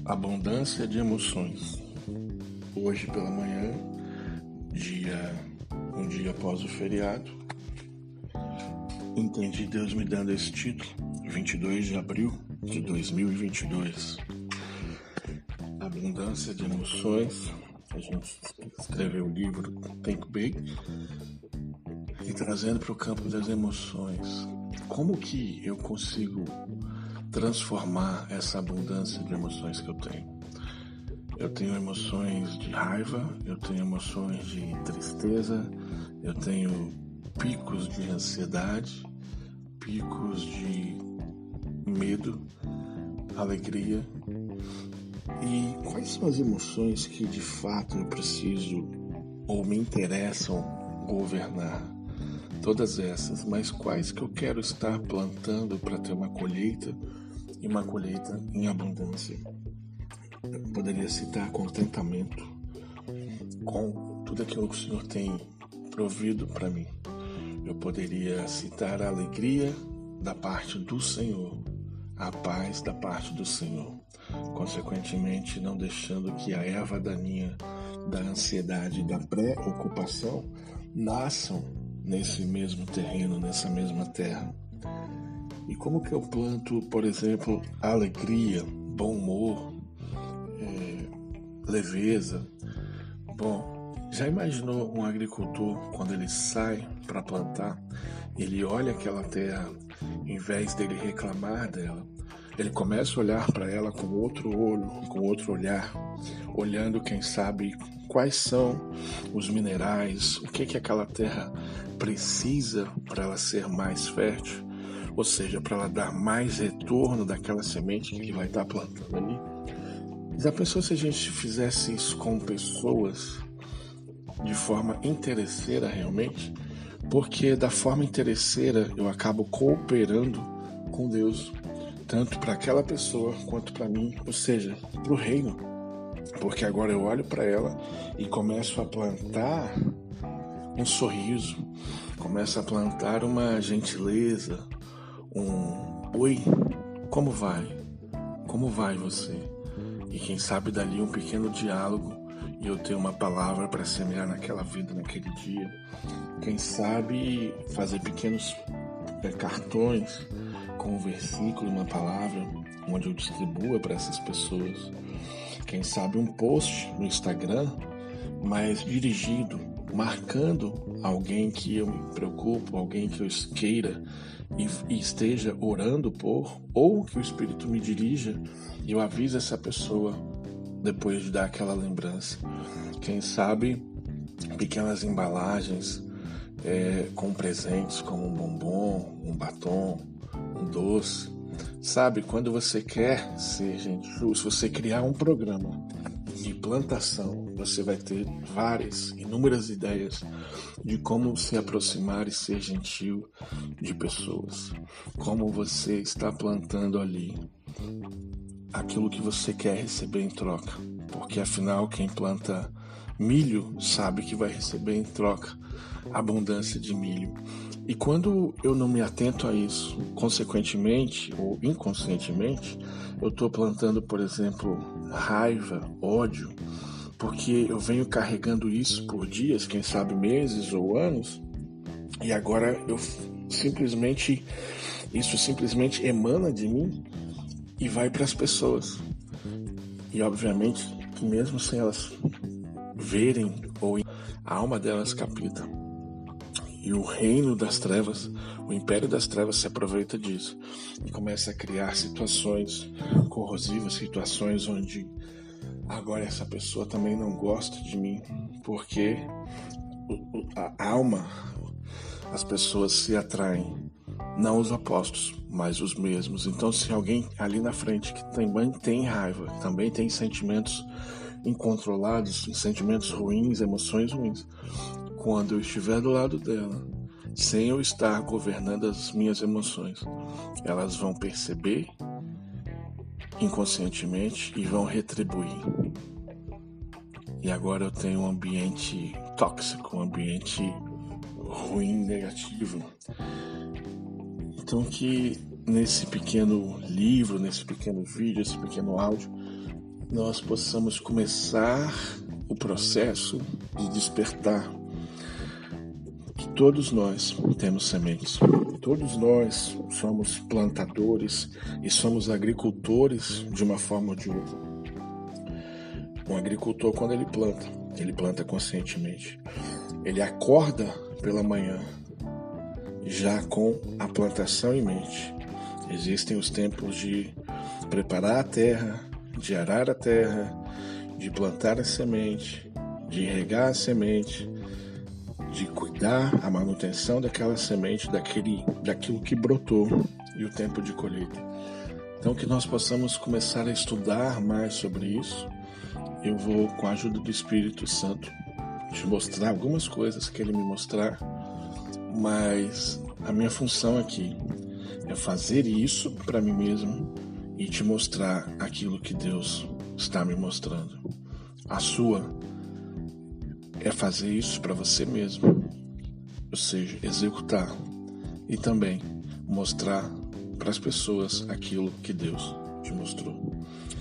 Abundância de emoções. Hoje pela manhã, um dia após o feriado, entendi Deus me dando esse título, 22 de abril de 2022. Abundância de emoções. A gente escreveu o livro Think Big e trazendo para o campo das emoções. Como que eu consigo transformar essa abundância de emoções que eu tenho? Eu tenho emoções de raiva, eu tenho emoções de tristeza, eu tenho picos de ansiedade, picos de medo, alegria. E quais são as emoções que de fato eu preciso ou me interessam governar? Todas essas, mas quais que eu quero estar plantando para ter uma colheita e uma colheita em abundância? Eu poderia citar contentamento com tudo aquilo que o Senhor tem provido para mim. Eu poderia citar a alegria da parte do Senhor, a paz da parte do Senhor. Consequentemente, não deixando que a erva daninha da ansiedade e da preocupação nasçam nesse mesmo terreno, nessa mesma terra. E como que eu planto, por exemplo, alegria, bom humor, leveza? Bom, já imaginou um agricultor quando ele sai para plantar, ele olha aquela terra, em vez dele reclamar dela, ele começa a olhar para ela com outro olho, com outro olhar, olhando, quem sabe, quais são os minerais, o que aquela terra precisa para ela ser mais fértil, ou seja, para ela dar mais retorno daquela semente que ele vai estar plantando ali. Já pensou se a gente fizesse isso com pessoas de forma interesseira realmente? Porque da forma interesseira eu acabo cooperando com Deus, tanto para aquela pessoa quanto para mim, ou seja, para o reino. Porque agora eu olho para ela e começo a plantar um sorriso, começo a plantar uma gentileza, oi, como vai? Como vai você? E quem sabe dali um pequeno diálogo e eu ter uma palavra para semear naquela vida, naquele dia. Quem sabe fazer pequenos cartões com um versículo, uma palavra, onde eu distribua para essas pessoas. Quem sabe um post no Instagram, mas dirigido, marcando alguém que eu me preocupo, alguém que eu queira e esteja orando por, ou que o Espírito me dirija e eu aviso essa pessoa depois de dar aquela lembrança. Quem sabe pequenas embalagens com presentes como um bombom, um batom, um doce. Sabe, quando você quer ser gentil, se você criar um programa de plantação, você vai ter inúmeras ideias de como se aproximar e ser gentil de pessoas. Como você está plantando ali aquilo que você quer receber em troca. Porque afinal, quem planta milho sabe que vai receber em troca abundância de milho. E quando eu não me atento a isso, consequentemente ou inconscientemente, eu estou plantando, por exemplo, raiva, ódio, porque eu venho carregando isso por dias, quem sabe meses ou anos, e agora isso simplesmente emana de mim e vai para as pessoas. E obviamente que mesmo sem elas verem, a alma delas capita. E o reino das trevas, o império das trevas se aproveita disso e começa a criar situações corrosivas, situações onde agora essa pessoa também não gosta de mim, porque a alma, as pessoas se atraem, não os opostos, mas os mesmos. Então, se alguém ali na frente que também tem raiva, também tem sentimentos incontrolados, sentimentos ruins, emoções ruins, quando eu estiver do lado dela, sem eu estar governando as minhas emoções, elas vão perceber inconscientemente e vão retribuir. E agora eu tenho um ambiente tóxico, um ambiente ruim, negativo. Então que nesse pequeno livro, nesse pequeno vídeo, esse pequeno áudio, nós possamos começar o processo de despertar. Que todos nós temos sementes, todos nós somos plantadores e somos agricultores de uma forma ou de outra. Um agricultor, quando ele planta conscientemente. Ele acorda pela manhã já com a plantação em mente. Existem os tempos de preparar a terra, de arar a terra, de plantar a semente, de regar a semente, de cuidar a manutenção daquela semente, daquilo que brotou, e o tempo de colheita. Então, que nós possamos começar a estudar mais sobre isso. Eu vou, com a ajuda do Espírito Santo, te mostrar algumas coisas que ele me mostrar, mas a minha função aqui é fazer isso para mim mesmo e te mostrar aquilo que Deus está me mostrando. A sua é fazer isso para você mesmo, ou seja, executar e também mostrar para as pessoas aquilo que Deus te mostrou.